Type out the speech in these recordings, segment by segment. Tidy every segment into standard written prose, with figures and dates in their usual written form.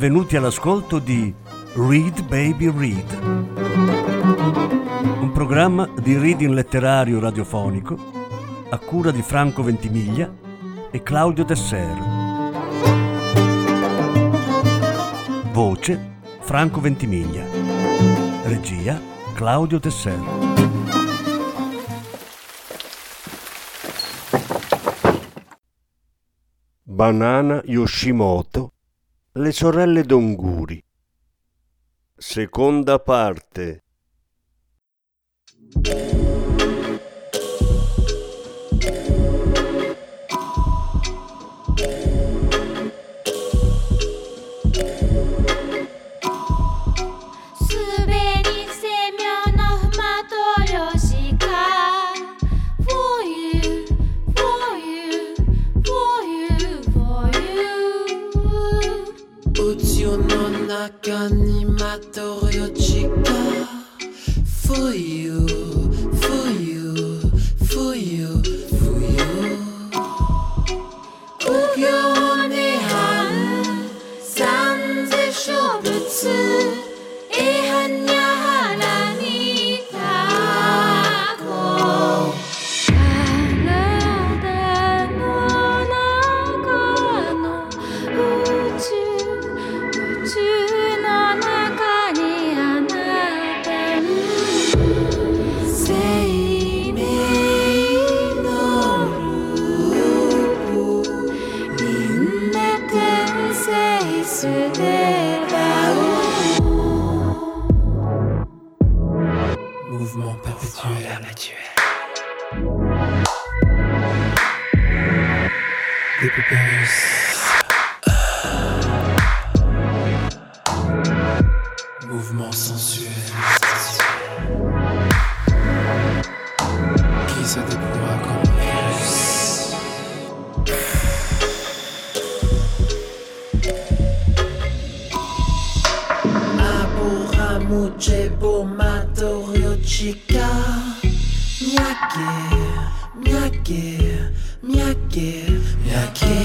benvenuti all'ascolto di Read Baby Read, un programma di reading letterario radiofonico a cura di Franco Ventimiglia e Claudio Desser. Voce Franco Ventimiglia. Regia Claudio Desser. Banana Yoshimoto, le sorelle Donguri. Seconda parte. Animatorio chica, for you, for you, for you, for you. 우겨내 한 산재 쇼부츠 애한야 하나니 타고 가나다 노나가노 우주 Mouvement perpétuel. Des Papyrus. Mouvement sensuel. Qui se déploie comme un virus. Muche bomatorio chica, miake, miake, miake, miake.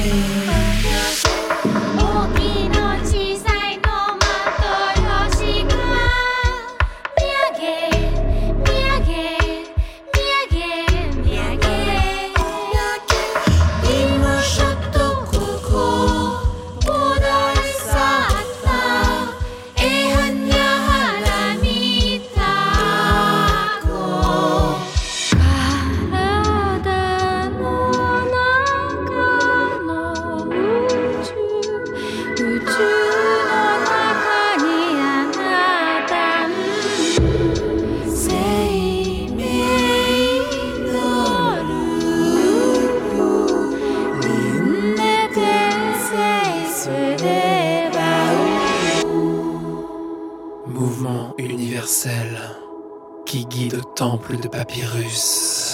Mouvement universel qui guide au temple de Papyrus.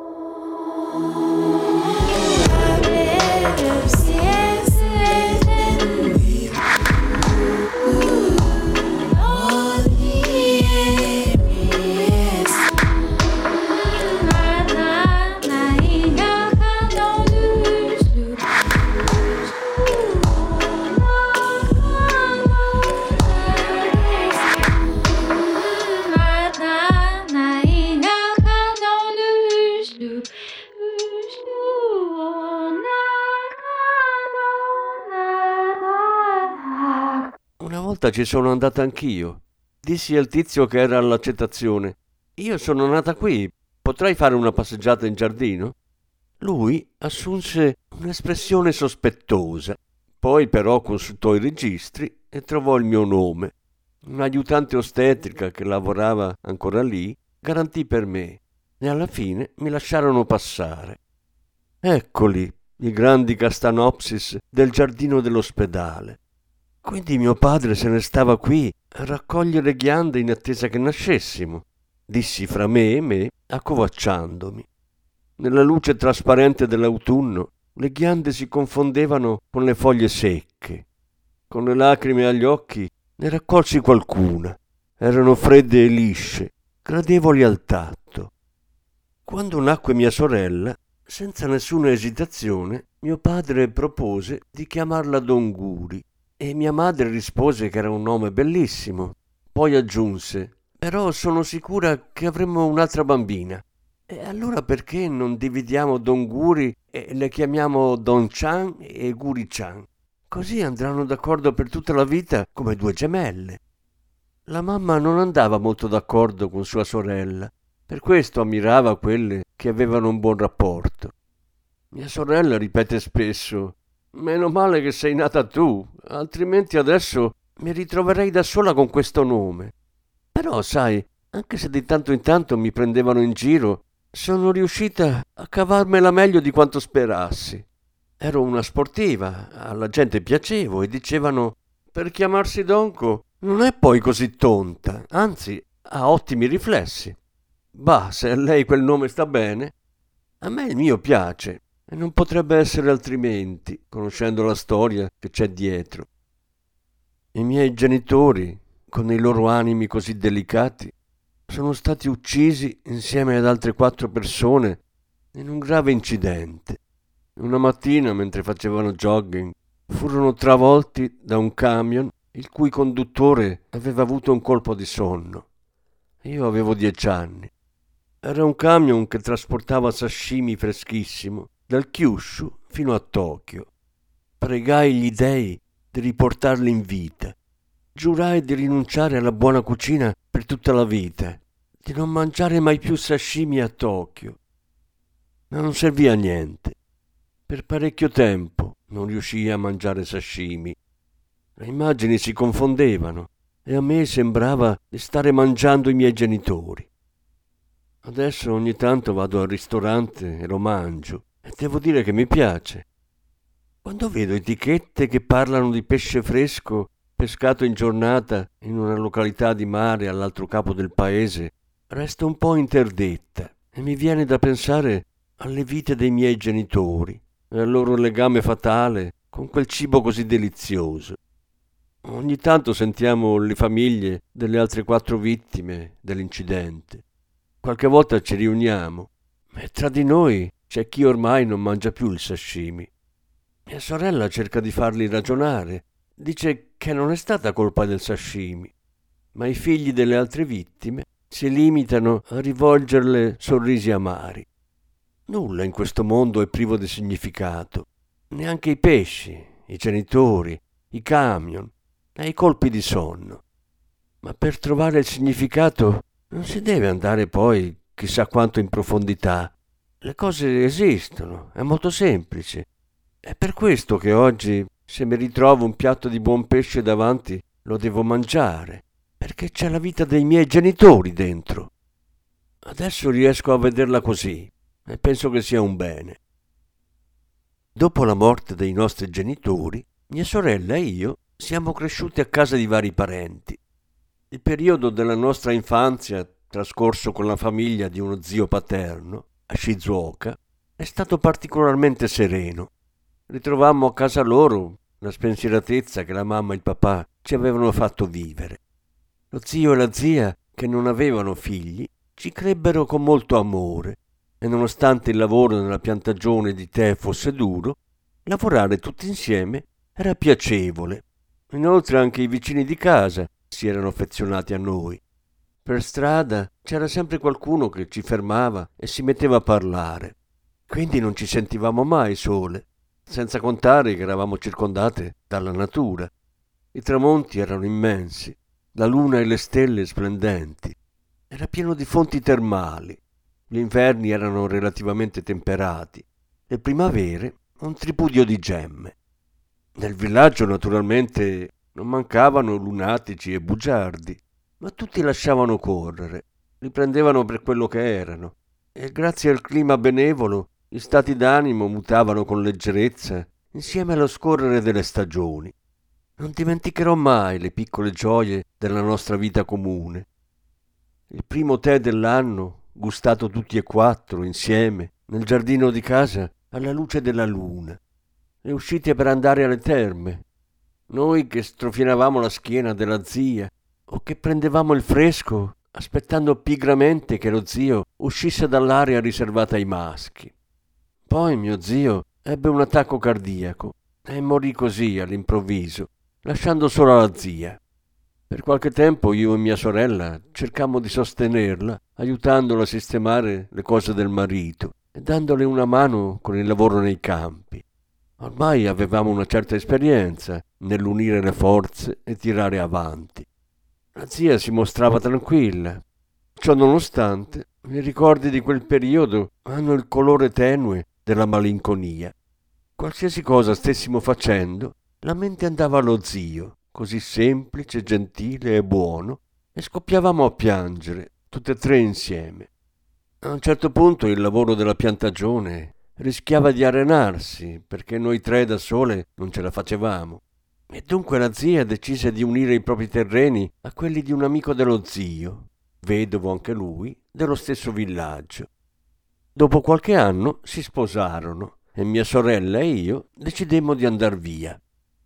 Una volta ci sono andata anch'io. Dissi al tizio che era all'accettazione: io sono nata qui, potrei fare una passeggiata in giardino? Lui assunse un'espressione sospettosa, poi però consultò i registri e trovò il mio nome. Un'aiutante ostetrica che lavorava ancora lì garantì per me e alla fine mi lasciarono passare. Eccoli i grandi castanopsis del giardino dell'ospedale. Quindi mio padre se ne stava qui a raccogliere ghiande in attesa che nascessimo, dissi fra me e me, accovacciandomi. Nella luce trasparente dell'autunno le ghiande si confondevano con le foglie secche. Con le lacrime agli occhi ne raccolsi qualcuna. Erano fredde e lisce, gradevoli al tatto. Quando nacque mia sorella, senza nessuna esitazione, mio padre propose di chiamarla Donguri. e mia madre rispose che era un nome bellissimo. Poi aggiunse: però sono sicura che avremo un'altra bambina. E allora perché non dividiamo Don Guri e le chiamiamo Don Chan e Guri Chan? Così andranno d'accordo per tutta la vita come due gemelle. La mamma non andava molto d'accordo con sua sorella, per questo ammirava quelle che avevano un buon rapporto. Mia sorella ripete spesso: meno male che sei nata tu, altrimenti adesso mi ritroverei da sola con questo nome. Però, sai, anche se di tanto in tanto mi prendevano in giro, sono riuscita a cavarmela meglio di quanto sperassi. Ero una sportiva, alla gente piacevo e dicevano: per chiamarsi Donco non è poi così tonta, anzi ha ottimi riflessi. Bah, se a lei quel nome sta bene, a me il mio piace e non potrebbe essere altrimenti, conoscendo la storia che c'è dietro. I miei genitori, con i loro animi così delicati, sono stati uccisi insieme ad altre 4 persone in un grave incidente. Una mattina, mentre facevano jogging, furono travolti da un camion il cui conduttore aveva avuto un colpo di sonno. Io avevo 10 anni. Era un camion che trasportava sashimi freschissimo dal Kyushu fino a Tokyo. Pregai gli dei di riportarli in vita. Giurai di rinunciare alla buona cucina per tutta la vita, di non mangiare mai più sashimi a Tokyo. Ma non servì a niente. Per parecchio tempo non riuscii a mangiare sashimi. Le immagini si confondevano e a me sembrava di stare mangiando i miei genitori. Adesso ogni tanto vado al ristorante e lo mangio e devo dire che mi piace. Quando vedo etichette che parlano di pesce fresco pescato in giornata in una località di mare all'altro capo del paese, resto un po' interdetta e mi viene da pensare alle vite dei miei genitori e al loro legame fatale con quel cibo così delizioso. Ogni tanto sentiamo le famiglie delle altre 4 vittime dell'incidente. Qualche volta ci riuniamo e tra di noi c'è chi ormai non mangia più il sashimi. Mia sorella cerca di farli ragionare. Dice che non è stata colpa del sashimi, ma i figli delle altre vittime si limitano a rivolgerle sorrisi amari. Nulla in questo mondo è privo di significato, neanche i pesci, i genitori, i camion e i colpi di sonno. Ma per trovare il significato non si deve andare poi chissà quanto in profondità. Le cose esistono, è molto semplice. È per questo che oggi, se mi ritrovo un piatto di buon pesce davanti, lo devo mangiare, perché c'è la vita dei miei genitori dentro. Adesso riesco a vederla così e penso che sia un bene. Dopo la morte dei nostri genitori, mia sorella e io siamo cresciuti a casa di vari parenti. Il periodo della nostra infanzia, trascorso con la famiglia di uno zio paterno, a Shizuoka, è stato particolarmente sereno. Ritrovammo a casa loro la spensieratezza che la mamma e il papà ci avevano fatto vivere. Lo zio e la zia, che non avevano figli, ci crebbero con molto amore e nonostante il lavoro nella piantagione di tè fosse duro, lavorare tutti insieme era piacevole. Inoltre anche i vicini di casa si erano affezionati a noi. Per strada c'era sempre qualcuno che ci fermava e si metteva a parlare. Quindi non ci sentivamo mai sole, senza contare che eravamo circondate dalla natura. I tramonti erano immensi, la luna e le stelle splendenti. Era pieno di fonti termali. Gli inverni erano relativamente temperati. Le primavere un tripudio di gemme. Nel villaggio naturalmente non mancavano lunatici e bugiardi, ma tutti lasciavano correre, li prendevano per quello che erano, e grazie al clima benevolo gli stati d'animo mutavano con leggerezza insieme allo scorrere delle stagioni. Non dimenticherò mai le piccole gioie della nostra vita comune. Il primo tè dell'anno, gustato tutti e 4 insieme, nel giardino di casa, alla luce della luna. Le uscite per andare alle terme. Noi che strofinavamo la schiena della zia o che prendevamo il fresco aspettando pigramente che lo zio uscisse dall'area riservata ai maschi. Poi mio zio ebbe un attacco cardiaco e morì così all'improvviso, lasciando sola la zia. Per qualche tempo io e mia sorella cercammo di sostenerla, aiutandola a sistemare le cose del marito e dandole una mano con il lavoro nei campi. Ormai avevamo una certa esperienza nell'unire le forze e tirare avanti. La zia si mostrava tranquilla. Ciò nonostante, i ricordi di quel periodo hanno il colore tenue della malinconia. Qualsiasi cosa stessimo facendo, la mente andava allo zio, così semplice, gentile e buono, e scoppiavamo a piangere, tutte e tre insieme. A un certo punto il lavoro della piantagione rischiava di arenarsi, perché noi tre da sole non ce la facevamo. E dunque la zia decise di unire i propri terreni a quelli di un amico dello zio, vedovo anche lui, dello stesso villaggio. Dopo qualche anno si sposarono e mia sorella e io decidemmo di andar via.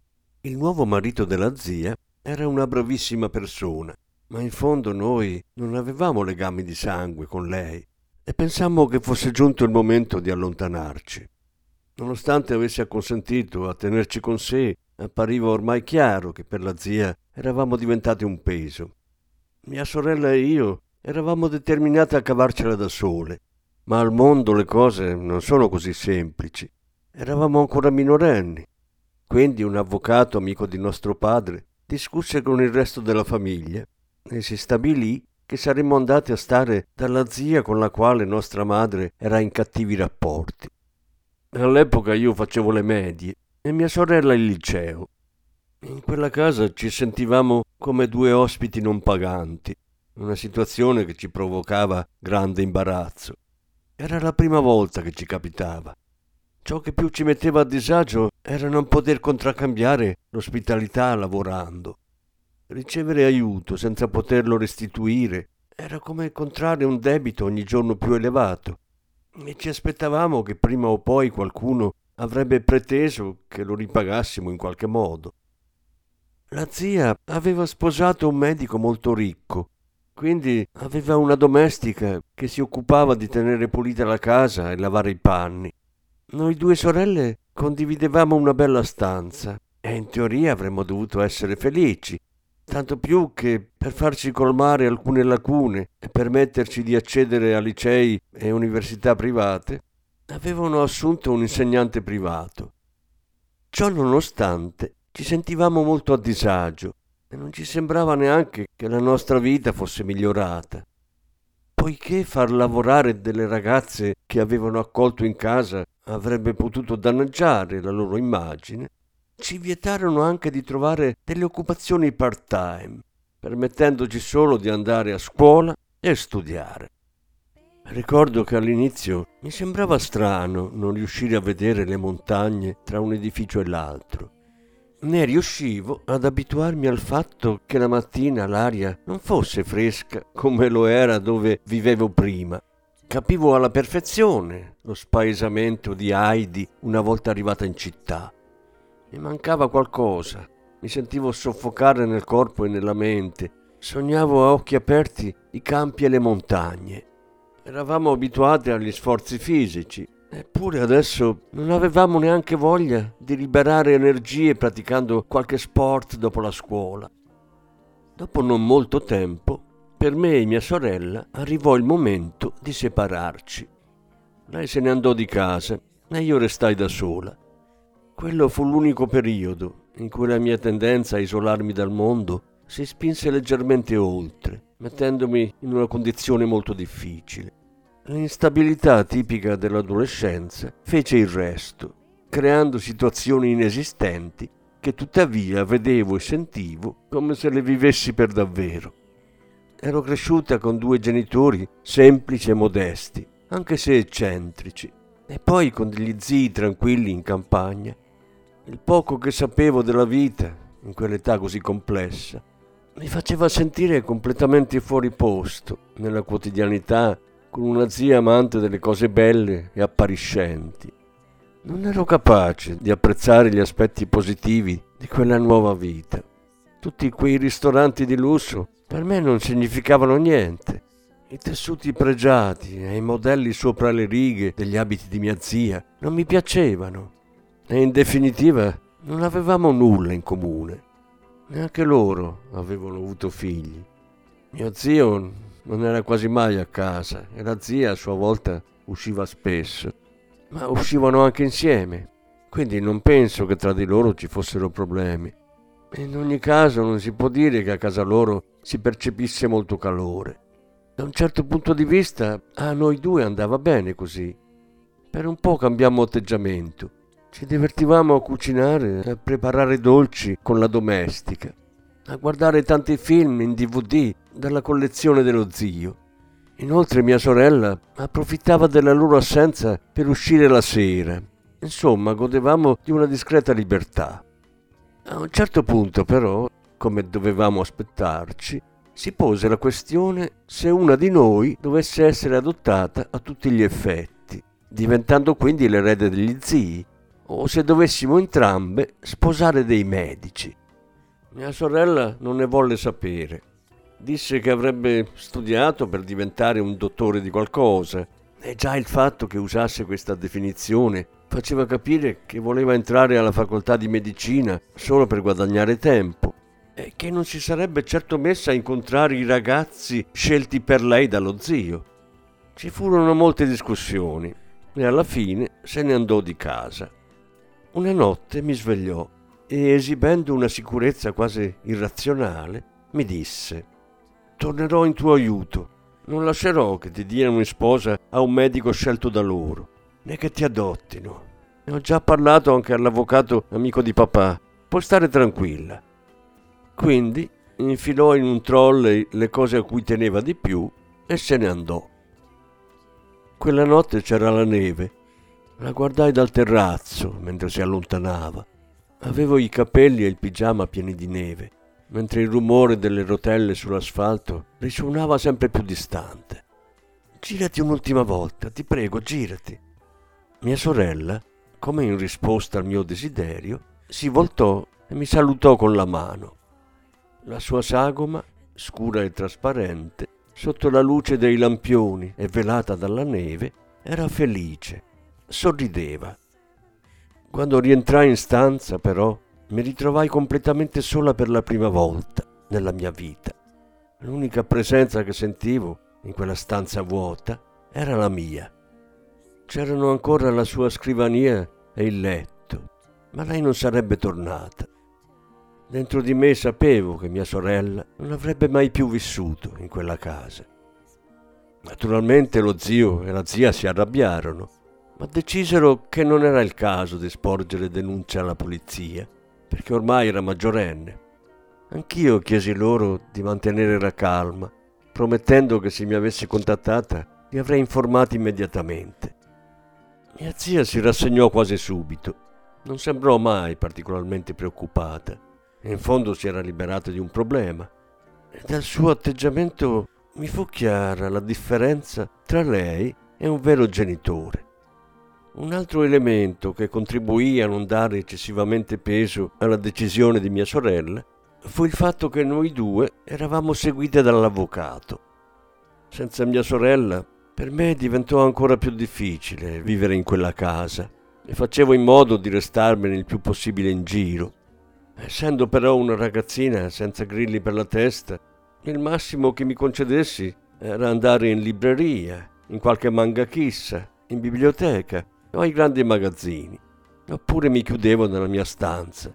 Il nuovo marito della zia era una bravissima persona, ma in fondo noi non avevamo legami di sangue con lei e pensammo che fosse giunto il momento di allontanarci. Nonostante avesse acconsentito a tenerci con sé, appariva ormai chiaro che per la zia eravamo diventati un peso. Mia sorella e io eravamo determinate a cavarcela da sole, ma al mondo le cose non sono così semplici. Eravamo ancora minorenni. Quindi un avvocato amico di nostro padre discusse con il resto della famiglia e si stabilì che saremmo andati a stare dalla zia con la quale nostra madre era in cattivi rapporti. All'epoca io facevo le medie e mia sorella il liceo. In quella casa ci sentivamo come due ospiti non paganti, una situazione che ci provocava grande imbarazzo. Era la prima volta che ci capitava. Ciò che più ci metteva a disagio era non poter contraccambiare l'ospitalità lavorando. Ricevere aiuto senza poterlo restituire era come contrarre un debito ogni giorno più elevato e ci aspettavamo che prima o poi qualcuno avrebbe preteso che lo ripagassimo in qualche modo. La zia aveva sposato un medico molto ricco, quindi aveva una domestica che si occupava di tenere pulita la casa e lavare i panni. Noi due sorelle condividevamo una bella stanza e in teoria avremmo dovuto essere felici, tanto più che per farci colmare alcune lacune e permetterci di accedere a licei e università private, avevano assunto un insegnante privato. Ciò nonostante, ci sentivamo molto a disagio e non ci sembrava neanche che la nostra vita fosse migliorata. Poiché far lavorare delle ragazze che avevano accolto in casa avrebbe potuto danneggiare la loro immagine, ci vietarono anche di trovare delle occupazioni part-time, permettendoci solo di andare a scuola e studiare. Ricordo che all'inizio mi sembrava strano non riuscire a vedere le montagne tra un edificio e l'altro. Ne riuscivo ad abituarmi al fatto che la mattina l'aria non fosse fresca come lo era dove vivevo prima. Capivo alla perfezione lo spaesamento di Heidi una volta arrivata in città. Mi mancava qualcosa, mi sentivo soffocare nel corpo e nella mente, sognavo a occhi aperti i campi e le montagne. Eravamo abituati agli sforzi fisici, eppure adesso non avevamo neanche voglia di liberare energie praticando qualche sport dopo la scuola. Dopo non molto tempo, per me e mia sorella arrivò il momento di separarci. Lei se ne andò di casa e io restai da sola. Quello fu l'unico periodo in cui la mia tendenza a isolarmi dal mondo si spinse leggermente oltre, mettendomi in una condizione molto difficile. L'instabilità tipica dell'adolescenza fece il resto, creando situazioni inesistenti che tuttavia vedevo e sentivo come se le vivessi per davvero. Ero cresciuta con due genitori semplici e modesti, anche se eccentrici, e poi con degli zii tranquilli in campagna. Il poco che sapevo della vita, in quell'età così complessa, mi faceva sentire completamente fuori posto nella quotidianità con una zia amante delle cose belle e appariscenti. Non ero capace di apprezzare gli aspetti positivi di quella nuova vita. Tutti quei ristoranti di lusso per me non significavano niente. I tessuti pregiati e i modelli sopra le righe degli abiti di mia zia non mi piacevano e in definitiva non avevamo nulla in comune. Neanche loro avevano avuto figli. Mio zio non era quasi mai a casa e la zia a sua volta usciva spesso, ma uscivano anche insieme, quindi non penso che tra di loro ci fossero problemi. In ogni caso non si può dire che a casa loro si percepisse molto calore. Da un certo punto di vista a noi due andava bene così. Per un po' cambiammo atteggiamento. Ci divertivamo a cucinare e a preparare dolci con la domestica, a guardare tanti film in DVD dalla collezione dello zio. Inoltre mia sorella approfittava della loro assenza per uscire la sera. Insomma, godevamo di una discreta libertà. A un certo punto, però, come dovevamo aspettarci, si pose la questione se una di noi dovesse essere adottata a tutti gli effetti, diventando quindi l'erede degli zii, o se dovessimo entrambe sposare dei medici. Mia sorella non ne volle sapere. Disse che avrebbe studiato per diventare un dottore di qualcosa, e già il fatto che usasse questa definizione faceva capire che voleva entrare alla facoltà di medicina solo per guadagnare tempo e che non si sarebbe certo messa a incontrare i ragazzi scelti per lei dallo zio. Ci furono molte discussioni e alla fine se ne andò di casa. Una notte mi svegliò e, esibendo una sicurezza quasi irrazionale, mi disse: «Tornerò in tuo aiuto. Non lascerò che ti diano in sposa a un medico scelto da loro, né che ti adottino. Ne ho già parlato anche all'avvocato amico di papà. Puoi stare tranquilla». Quindi infilò in un trolley le cose a cui teneva di più e se ne andò. Quella notte c'era la neve. La guardai dal terrazzo mentre si allontanava. Avevo i capelli e il pigiama pieni di neve, mentre il rumore delle rotelle sull'asfalto risuonava sempre più distante. «Girati un'ultima volta, ti prego, girati». Mia sorella, come in risposta al mio desiderio, si voltò e mi salutò con la mano. La sua sagoma, scura e trasparente, sotto la luce dei lampioni e velata dalla neve, era felice, sorrideva. Quando rientrai in stanza, però, mi ritrovai completamente sola per la prima volta nella mia vita. L'unica presenza che sentivo in quella stanza vuota era la mia. C'erano ancora la sua scrivania e il letto, ma lei non sarebbe tornata. Dentro di me sapevo che mia sorella non avrebbe mai più vissuto in quella casa. Naturalmente lo zio e la zia si arrabbiarono, ma decisero che non era il caso di sporgere denuncia alla polizia, perché ormai era maggiorenne. Anch'io chiesi loro di mantenere la calma, promettendo che se mi avesse contattata li avrei informati immediatamente. Mia zia si rassegnò quasi subito. Non sembrò mai particolarmente preoccupata. In fondo si era liberata di un problema. E dal suo atteggiamento mi fu chiara la differenza tra lei e un vero genitore. Un altro elemento che contribuì a non dare eccessivamente peso alla decisione di mia sorella fu il fatto che noi due eravamo seguite dall'avvocato. Senza mia sorella, per me diventò ancora più difficile vivere in quella casa e facevo in modo di restarmene il più possibile in giro. Essendo però una ragazzina senza grilli per la testa, il massimo che mi concedessi era andare in libreria, in qualche manga chissa, in biblioteca o ai grandi magazzini, oppure mi chiudevo nella mia stanza.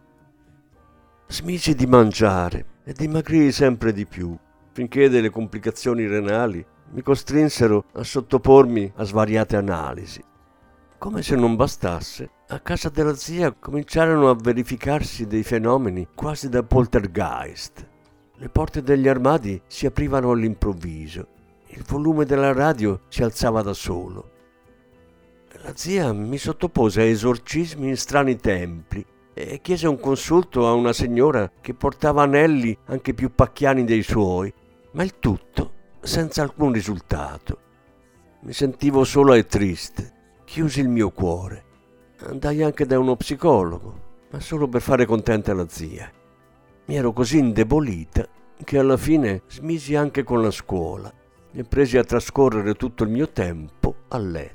Smisi di mangiare e dimagrii sempre di più, finché delle complicazioni renali mi costrinsero a sottopormi a svariate analisi. Come se non bastasse, a casa della zia cominciarono a verificarsi dei fenomeni quasi da poltergeist. Le porte degli armadi si aprivano all'improvviso, il volume della radio si alzava da solo. La zia mi sottopose a esorcismi in strani templi e chiese un consulto a una signora che portava anelli anche più pacchiani dei suoi, ma il tutto senza alcun risultato. Mi sentivo sola e triste. Chiusi il mio cuore. Andai anche da uno psicologo, ma solo per fare contenta la zia. Mi ero così indebolita che alla fine smisi anche con la scuola e presi a trascorrere tutto il mio tempo a letto.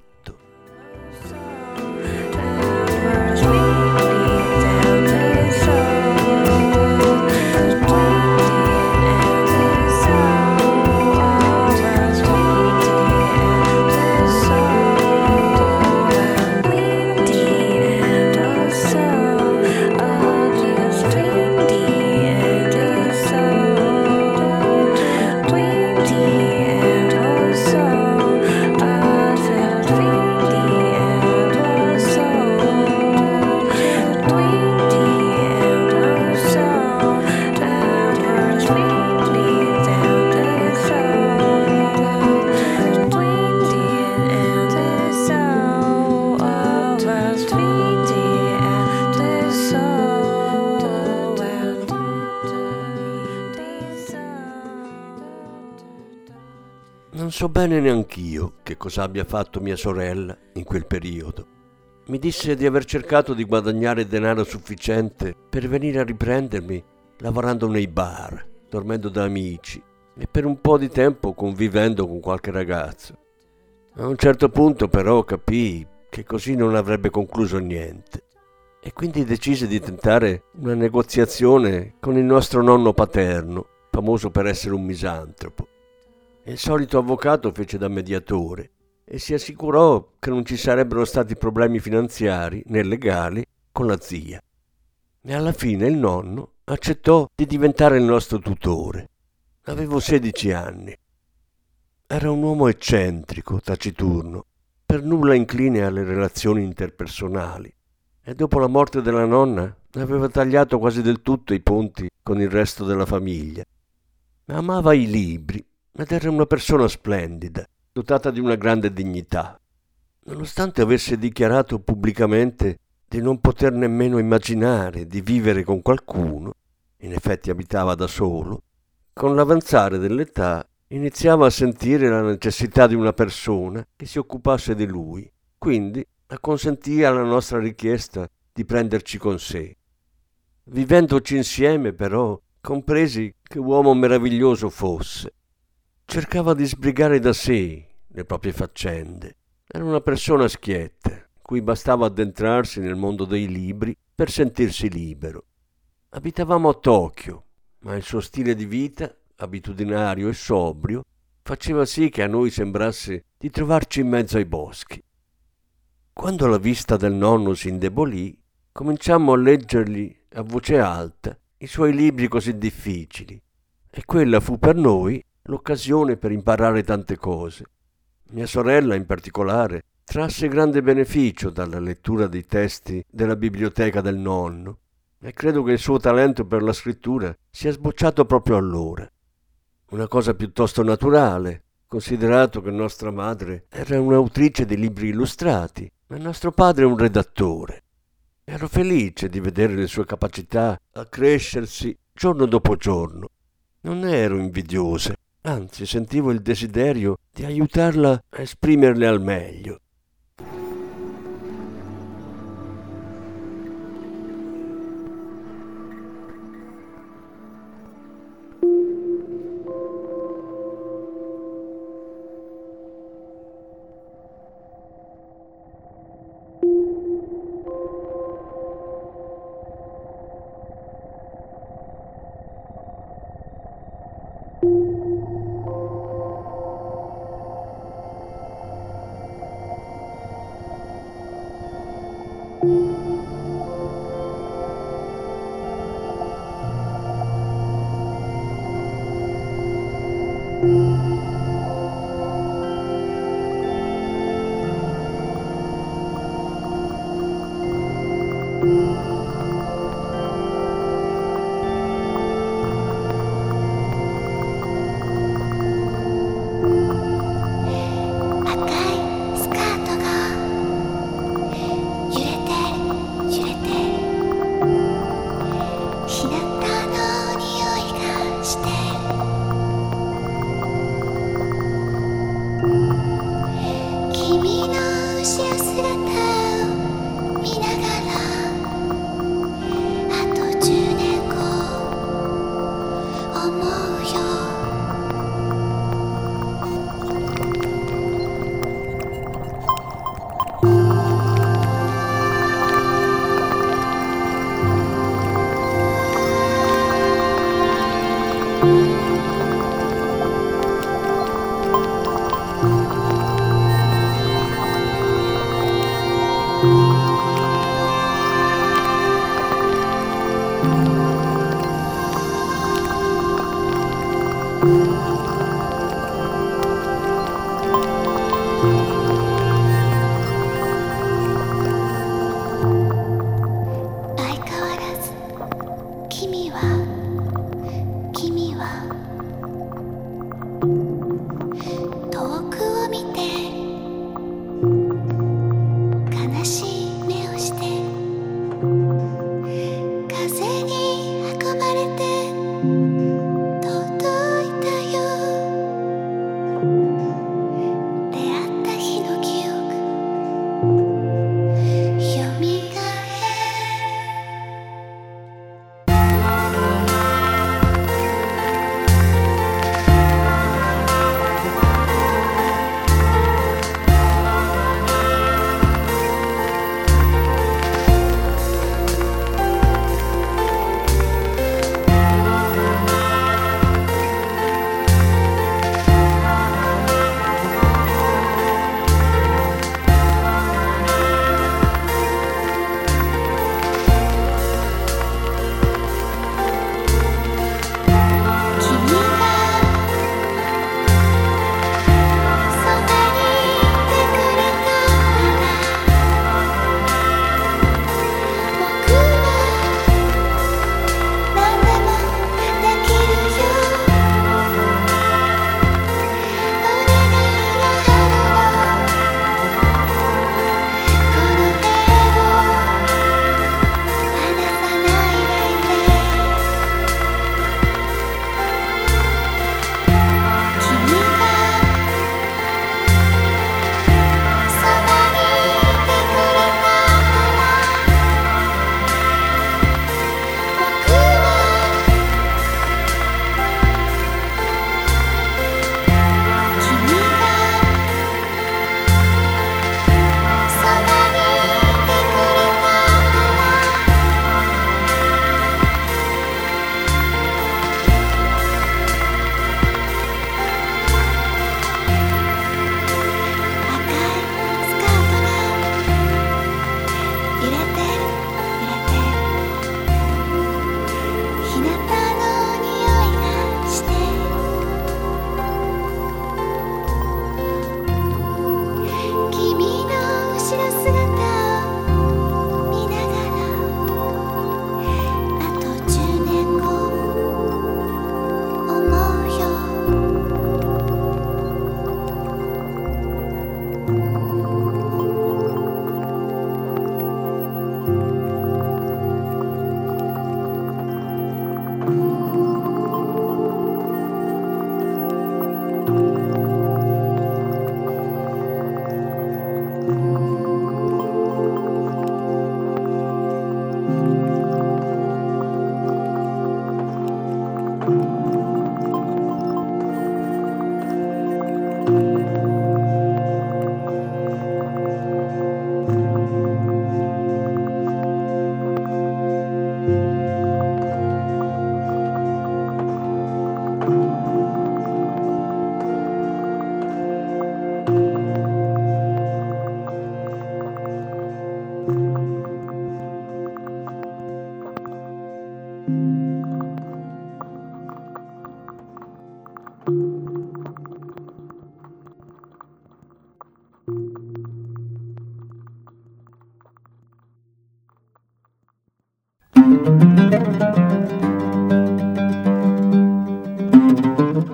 Non so bene neanch'io che cosa abbia fatto mia sorella in quel periodo. Mi disse di aver cercato di guadagnare denaro sufficiente per venire a riprendermi lavorando nei bar, dormendo da amici e per un po' di tempo convivendo con qualche ragazzo. A un certo punto però capii che così non avrebbe concluso niente e quindi decise di tentare una negoziazione con il nostro nonno paterno, famoso per essere un misantropo. Il solito avvocato fece da mediatore e si assicurò che non ci sarebbero stati problemi finanziari né legali con la zia. E alla fine il nonno accettò di diventare il nostro tutore. Avevo 16 anni. Era un uomo eccentrico, taciturno, per nulla incline alle relazioni interpersonali e dopo la morte della nonna aveva tagliato quasi del tutto i ponti con il resto della famiglia. Amava i libri ed era una persona splendida, dotata di una grande dignità. Nonostante avesse dichiarato pubblicamente di non poter nemmeno immaginare di vivere con qualcuno, in effetti abitava da solo, con l'avanzare dell'età iniziava a sentire la necessità di una persona che si occupasse di lui, quindi acconsentì alla nostra richiesta di prenderci con sé. Vivendoci insieme, però, compresi che uomo meraviglioso fosse. Cercava di sbrigare da sé le proprie faccende. Era una persona schietta, cui bastava addentrarsi nel mondo dei libri per sentirsi libero. Abitavamo a Tokyo, ma il suo stile di vita, abitudinario e sobrio, faceva sì che a noi sembrasse di trovarci in mezzo ai boschi. Quando la vista del nonno si indebolì, cominciammo a leggergli a voce alta i suoi libri così difficili, e quella fu per noi l'occasione per imparare tante cose. Mia sorella, in particolare, trasse grande beneficio dalla lettura dei testi della biblioteca del nonno e credo che il suo talento per la scrittura sia sbocciato proprio allora. Una cosa piuttosto naturale, considerato che nostra madre era un'autrice di libri illustrati e nostro padre un redattore. Ero felice di vedere le sue capacità accrescersi giorno dopo giorno. Non ero invidiosa, anzi sentivo il desiderio di aiutarla a esprimerle al meglio.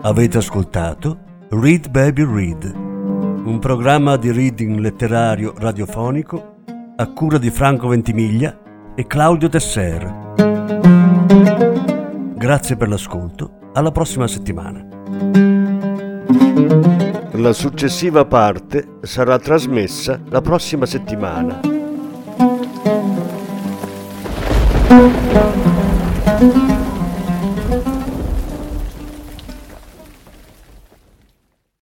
Avete ascoltato Read Baby Read, un programma di reading letterario radiofonico a cura di Franco Ventimiglia e Claudio Tesser. Grazie per l'ascolto, alla prossima settimana. La successiva parte sarà trasmessa la prossima settimana.